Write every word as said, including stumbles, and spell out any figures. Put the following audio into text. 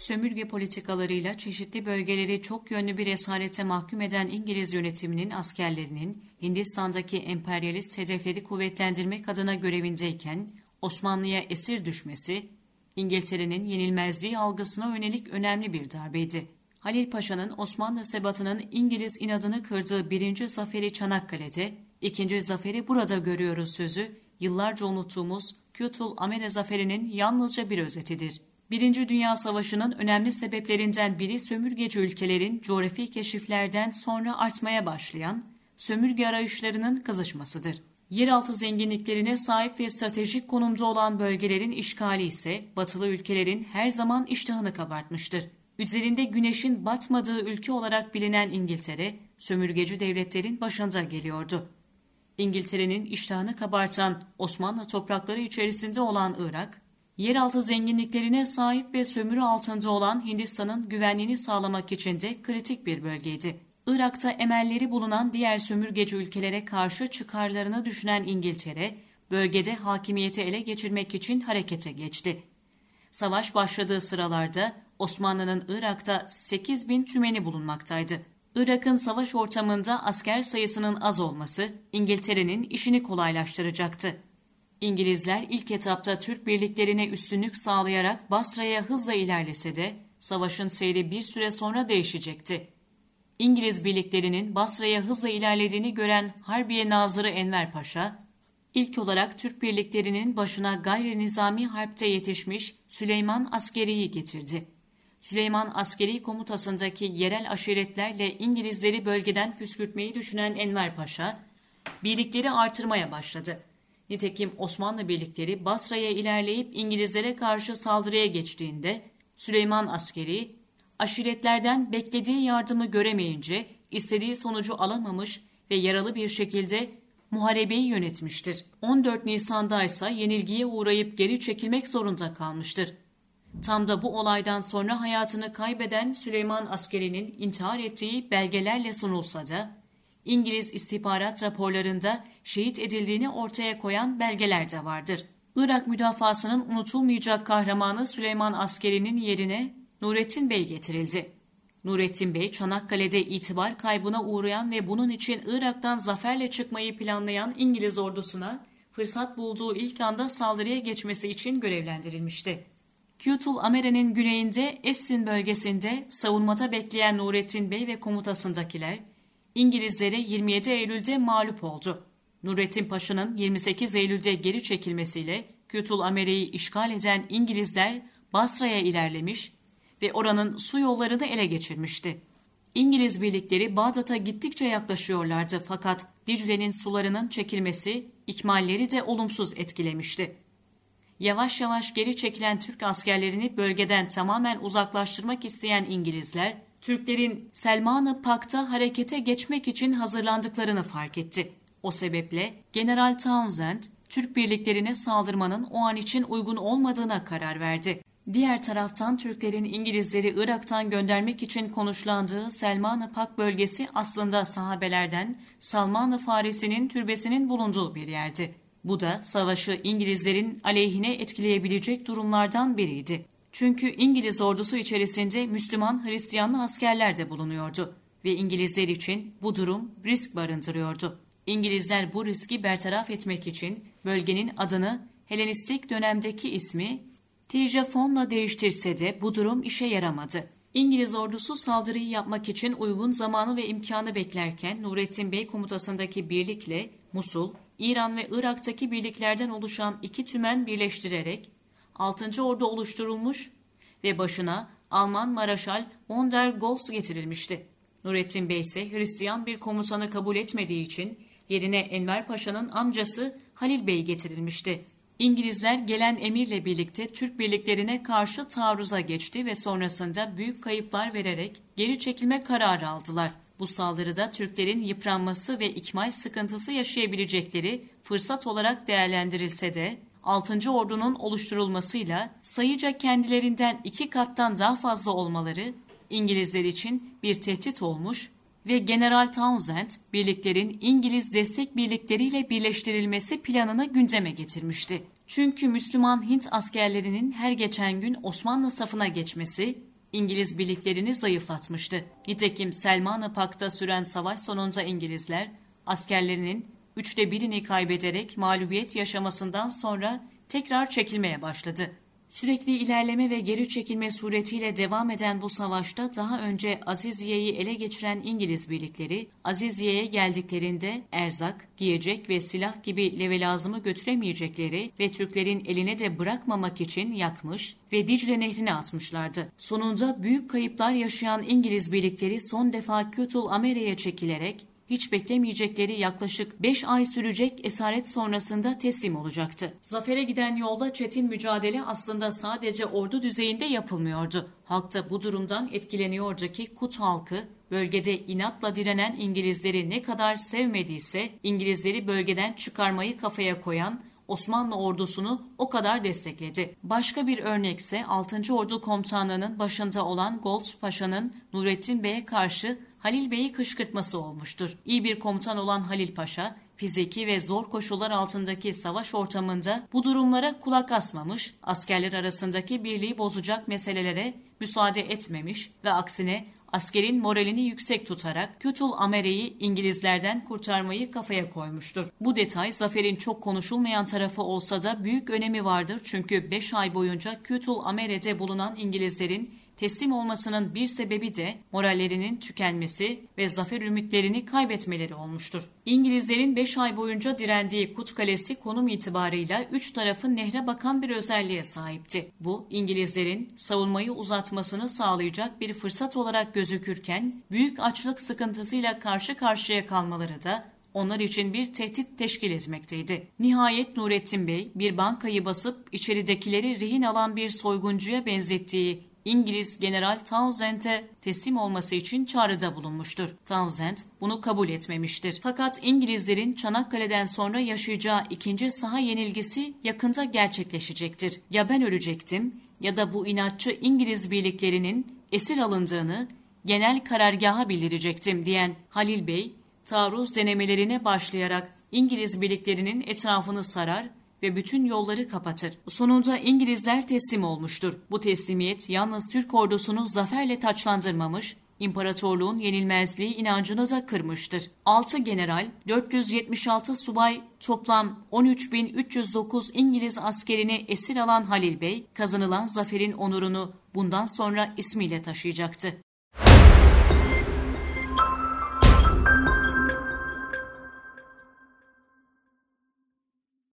Sömürge politikalarıyla çeşitli bölgeleri çok yönlü bir esarete mahkum eden İngiliz yönetiminin askerlerinin Hindistan'daki emperyalist hedefleri kuvvetlendirmek adına görevindeyken Osmanlı'ya esir düşmesi, İngiltere'nin yenilmezliği algısına yönelik önemli bir darbeydi. Halil Paşa'nın Osmanlı sebatının İngiliz inadını kırdığı birinci zaferi Çanakkale'de, ikinci zaferi burada görüyoruz sözü, yıllarca unuttuğumuz Kütül Amere zaferinin yalnızca bir özetidir. Birinci Dünya Savaşı'nın önemli sebeplerinden biri sömürgeci ülkelerin coğrafi keşiflerden sonra artmaya başlayan sömürge arayışlarının kızışmasıdır. Yeraltı zenginliklerine sahip ve stratejik konumda olan bölgelerin işgali ise batılı ülkelerin her zaman iştahını kabartmıştır. Üzerinde güneşin batmadığı ülke olarak bilinen İngiltere, sömürgeci devletlerin başında geliyordu. İngiltere'nin iştahını kabartan Osmanlı toprakları içerisinde olan Irak, yeraltı zenginliklerine sahip ve sömürü altında olan Hindistan'ın güvenliğini sağlamak için de kritik bir bölgeydi. Irak'ta emelleri bulunan diğer sömürgeci ülkelere karşı çıkarlarını düşünen İngiltere, bölgede hakimiyeti ele geçirmek için harekete geçti. Savaş başladığı sıralarda Osmanlı'nın Irak'ta sekiz bin tümeni bulunmaktaydı. Irak'ın savaş ortamında asker sayısının az olması İngiltere'nin işini kolaylaştıracaktı. İngilizler ilk etapta Türk birliklerine üstünlük sağlayarak Basra'ya hızla ilerlese de savaşın seyri bir süre sonra değişecekti. İngiliz birliklerinin Basra'ya hızla ilerlediğini gören Harbiye Nazırı Enver Paşa, ilk olarak Türk birliklerinin başına gayri nizami harpte yetişmiş Süleyman Askeri'yi getirdi. Süleyman Askeri komutasındaki yerel aşiretlerle İngilizleri bölgeden püskürtmeyi düşünen Enver Paşa, birlikleri artırmaya başladı. Nitekim Osmanlı birlikleri Basra'ya ilerleyip İngilizlere karşı saldırıya geçtiğinde Süleyman Askeri, aşiretlerden beklediği yardımı göremeyince istediği sonucu alamamış ve yaralı bir şekilde muharebeyi yönetmiştir. on dört Nisan'da ise yenilgiye uğrayıp geri çekilmek zorunda kalmıştır. Tam da bu olaydan sonra hayatını kaybeden Süleyman Askeri'nin intihar ettiği belgelerle sunulsa da, İngiliz istihbarat raporlarında şehit edildiğini ortaya koyan belgeler de vardır. Irak müdafasının unutulmayacak kahramanı Süleyman Askeri'nin yerine Nurettin Bey getirildi. Nurettin Bey, Çanakkale'de itibar kaybına uğrayan ve bunun için Irak'tan zaferle çıkmayı planlayan İngiliz ordusuna fırsat bulduğu ilk anda saldırıya geçmesi için görevlendirilmişti. Kütül Amere'nin güneyinde Essin bölgesinde savunmada bekleyen Nurettin Bey ve komutasındakiler, İngilizlere yirmi yedi Eylül'de mağlup oldu. Nurettin Paşa'nın yirmi sekiz Eylül'de geri çekilmesiyle Kütül Amere'yi işgal eden İngilizler Basra'ya ilerlemiş ve oranın su yollarını ele geçirmişti. İngiliz birlikleri Bağdat'a gittikçe yaklaşıyorlardı fakat Dicle'nin sularının çekilmesi ikmalleri de olumsuz etkilemişti. Yavaş yavaş geri çekilen Türk askerlerini bölgeden tamamen uzaklaştırmak isteyen İngilizler, Türklerin Selman-ı Pak'ta harekete geçmek için hazırlandıklarını fark etti. O sebeple General Townsend, Türk birliklerine saldırmanın o an için uygun olmadığına karar verdi. Diğer taraftan Türklerin İngilizleri Irak'tan göndermek için konuşlandığı Selman-ı Pak bölgesi aslında sahabelerden Salman-ı Farisi'nin türbesinin bulunduğu bir yerdi. Bu da savaşı İngilizlerin aleyhine etkileyebilecek durumlardan biriydi. Çünkü İngiliz ordusu içerisinde Müslüman Hristiyanlı askerler de bulunuyordu ve İngilizler için bu durum risk barındırıyordu. İngilizler bu riski bertaraf etmek için bölgenin adını Helenistik dönemdeki ismi Tircefon'la değiştirse de bu durum işe yaramadı. İngiliz ordusu saldırıyı yapmak için uygun zamanı ve imkanı beklerken Nurettin Bey komutasındaki birlikle Musul, İran ve Irak'taki birliklerden oluşan iki tümen birleştirerek altıncı Ordu oluşturulmuş ve başına Alman Maraşal von der Goltz getirilmişti. Nurettin Bey ise Hristiyan bir komutanı kabul etmediği için yerine Enver Paşa'nın amcası Halil Bey getirilmişti. İngilizler gelen emirle birlikte Türk birliklerine karşı taarruza geçti ve sonrasında büyük kayıplar vererek geri çekilme kararı aldılar. Bu saldırıda Türklerin yıpranması ve ikmal sıkıntısı yaşayabilecekleri fırsat olarak değerlendirilse de altıncı Ordu'nun oluşturulmasıyla sayıca kendilerinden iki kattan daha fazla olmaları İngilizler için bir tehdit olmuş ve General Townsend birliklerin İngiliz destek birlikleriyle birleştirilmesi planını gündeme getirmişti. Çünkü Müslüman Hint askerlerinin her geçen gün Osmanlı safına geçmesi İngiliz birliklerini zayıflatmıştı. Nitekim Selman-ı Pak'ta süren savaş sonunda İngilizler, askerlerinin üçte birini kaybederek mağlubiyet yaşamasından sonra tekrar çekilmeye başladı. Sürekli ilerleme ve geri çekilme suretiyle devam eden bu savaşta daha önce Aziziye'yi ele geçiren İngiliz birlikleri, Aziziye'ye geldiklerinde erzak, giyecek ve silah gibi levelazımı götüremeyecekleri ve Türklerin eline de bırakmamak için yakmış ve Dicle Nehri'ne atmışlardı. Sonunda büyük kayıplar yaşayan İngiliz birlikleri son defa Kütül Amere'ye çekilerek hiç beklemeyecekleri yaklaşık beş ay sürecek esaret sonrasında teslim olacaktı. Zafere giden yolda çetin mücadele aslında sadece ordu düzeyinde yapılmıyordu. Halk da bu durumdan etkileniyordu ki Kut halkı bölgede inatla direnen İngilizleri ne kadar sevmediyse İngilizleri bölgeden çıkarmayı kafaya koyan Osmanlı ordusunu o kadar destekledi. Başka bir örnekse altıncı Ordu Komutanlığı'nın başında olan Golç Paşa'nın Nurettin Bey'e karşı Halil Bey'i kışkırtması olmuştur. İyi bir komutan olan Halil Paşa, fiziki ve zor koşullar altındaki savaş ortamında bu durumlara kulak asmamış, askerler arasındaki birliği bozacak meselelere müsaade etmemiş ve aksine askerin moralini yüksek tutarak Kütül Amere'yi İngilizlerden kurtarmayı kafaya koymuştur. Bu detay zaferin çok konuşulmayan tarafı olsa da büyük önemi vardır çünkü beş ay boyunca Kütül Amere'de bulunan İngilizlerin teslim olmasının bir sebebi de morallerinin tükenmesi ve zafer ümitlerini kaybetmeleri olmuştur. İngilizlerin beş ay boyunca direndiği Kut Kalesi konum itibarıyla üç tarafın nehre bakan bir özelliğe sahipti. Bu, İngilizlerin savunmayı uzatmasını sağlayacak bir fırsat olarak gözükürken büyük açlık sıkıntısıyla karşı karşıya kalmaları da onlar için bir tehdit teşkil etmekteydi. Nihayet Nurettin Bey bir bankayı basıp içeridekileri rehin alan bir soyguncuya benzettiği İngiliz General Townshend'e teslim olması için çağrıda bulunmuştur. Townshend bunu kabul etmemiştir. Fakat İngilizlerin Çanakkale'den sonra yaşayacağı ikinci saha yenilgisi yakında gerçekleşecektir. Ya ben ölecektim ya da bu inatçı İngiliz birliklerinin esir alındığını genel karargaha bildirecektim diyen Halil Bey, taarruz denemelerine başlayarak İngiliz birliklerinin etrafını sarar ve bütün yolları kapatır. Sonunda İngilizler teslim olmuştur. Bu teslimiyet yalnız Türk ordusunu zaferle taçlandırmamış, imparatorluğun yenilmezliği inancını da kırmıştır. altı general, dört yüz yetmiş altı subay, toplam on üç bin üç yüz dokuz İngiliz askerini esir alan Halil Bey, kazanılan zaferin onurunu bundan sonra ismiyle taşıyacaktı.